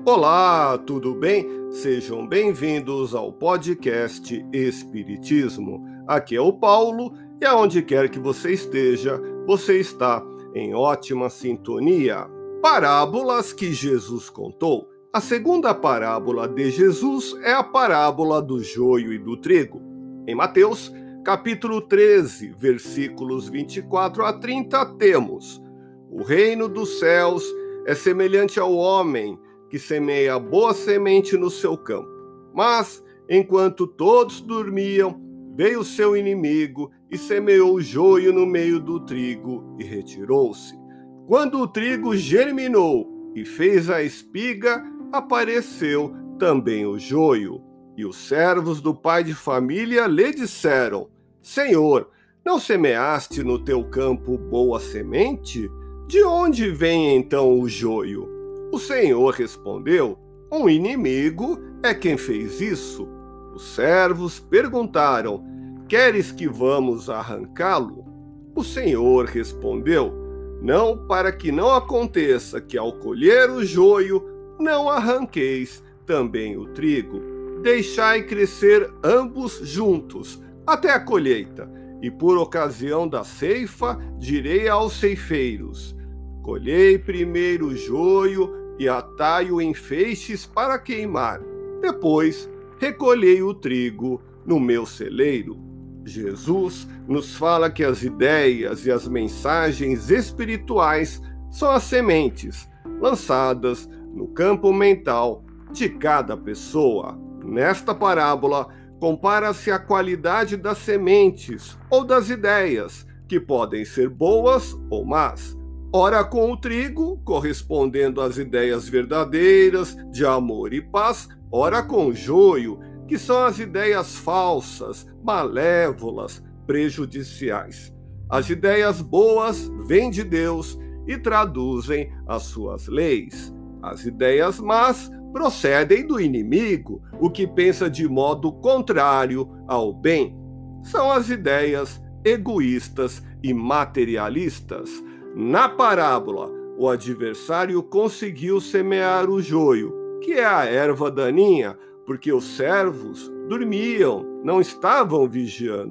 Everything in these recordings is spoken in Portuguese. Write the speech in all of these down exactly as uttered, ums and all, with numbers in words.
Olá, tudo bem? Sejam bem-vindos ao podcast Espiritismo. Aqui é o Paulo e aonde quer que você esteja, você está em ótima sintonia. Parábolas que Jesus contou. A segunda parábola de Jesus é a parábola do joio e do trigo. Em Mateus, capítulo treze, versículos vinte e quatro a trinta, temos: o reino dos céus é semelhante ao homem que semeia boa semente no seu campo. Mas, enquanto todos dormiam, veio seu inimigo e semeou o joio no meio do trigo e retirou-se. Quando o trigo germinou e fez a espiga, apareceu também o joio. E os servos do pai de família lhe disseram: Senhor, não semeaste no teu campo boa semente? De onde vem então o joio? O Senhor respondeu: um inimigo é quem fez isso. Os servos perguntaram: queres que vamos arrancá-lo? O Senhor respondeu: não, para que não aconteça que ao colher o joio, não arranqueis também o trigo. Deixai crescer ambos juntos, até a colheita, e por ocasião da ceifa direi aos ceifeiros: colhei primeiro o joio e atai-o em feixes para queimar. Depois, recolhei o trigo no meu celeiro. Jesus nos fala que as ideias e as mensagens espirituais são as sementes lançadas no campo mental de cada pessoa. Nesta parábola, compara-se a qualidade das sementes ou das ideias, que podem ser boas ou más. Ora com o trigo, correspondendo às ideias verdadeiras de amor e paz, ora com o joio, que são as ideias falsas, malévolas, prejudiciais. As ideias boas vêm de Deus e traduzem as suas leis. As ideias más procedem do inimigo, o que pensa de modo contrário ao bem. São as ideias egoístas e materialistas. Na parábola, o adversário conseguiu semear o joio, que é a erva daninha, porque os servos dormiam, não estavam vigiando.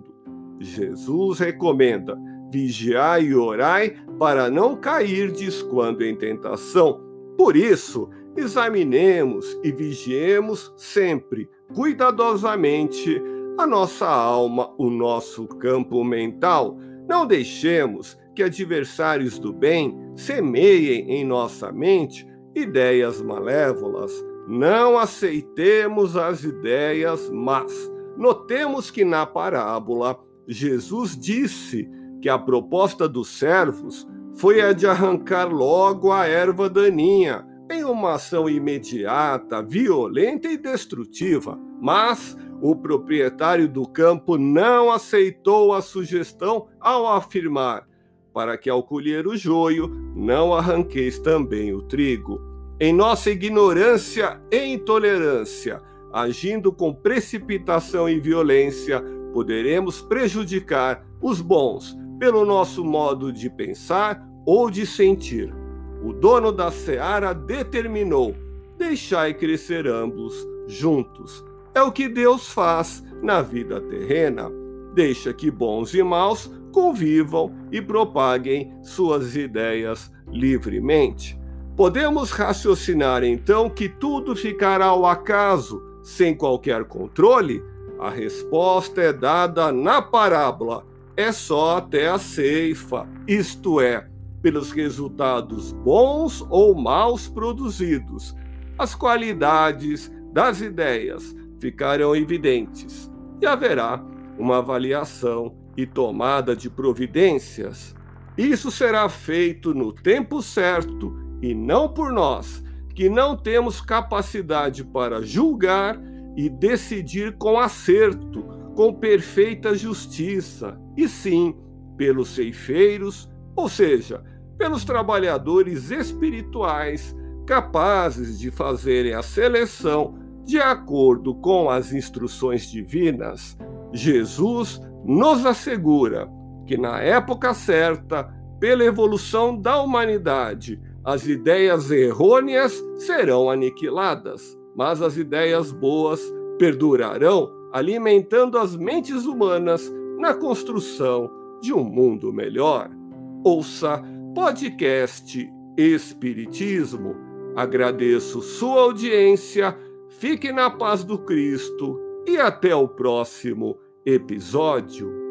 Jesus recomenda: vigiai e orai para não cairdes quando em tentação. Por isso, examinemos e vigiemos sempre, cuidadosamente, a nossa alma, o nosso campo mental. Não deixemos que adversários do bem semeiem em nossa mente ideias malévolas. Não aceitemos as ideias más. Notemos que na parábola, Jesus disse que a proposta dos servos foi a de arrancar logo a erva daninha, em uma ação imediata, violenta e destrutiva. Mas o proprietário do campo não aceitou a sugestão ao afirmar: para que ao colher o joio, não arranqueis também o trigo. Em nossa ignorância e intolerância, agindo com precipitação e violência, poderemos prejudicar os bons pelo nosso modo de pensar ou de sentir. O dono da seara determinou: deixai crescer ambos juntos. É o que Deus faz na vida terrena. Deixa que bons e maus convivam e propaguem suas ideias livremente. Podemos raciocinar então que tudo ficará ao acaso, sem qualquer controle? A resposta é dada na parábola: é só até a ceifa, isto é, pelos resultados bons ou maus produzidos. As qualidades das ideias ficarão evidentes e haverá uma avaliação e tomada de providências. Isso será feito no tempo certo e não por nós, que não temos capacidade para julgar e decidir com acerto, com perfeita justiça, e sim pelos ceifeiros, ou seja, pelos trabalhadores espirituais capazes de fazerem a seleção de acordo com as instruções divinas. Jesus nos assegura que na época certa, pela evolução da humanidade, As ideias errôneas serão aniquiladas, mas as ideias boas perdurarão, alimentando as mentes humanas na construção de um mundo melhor. Ouça podcast Espiritismo. Agradeço sua audiência, fique na paz do Cristo e até o próximo episódio.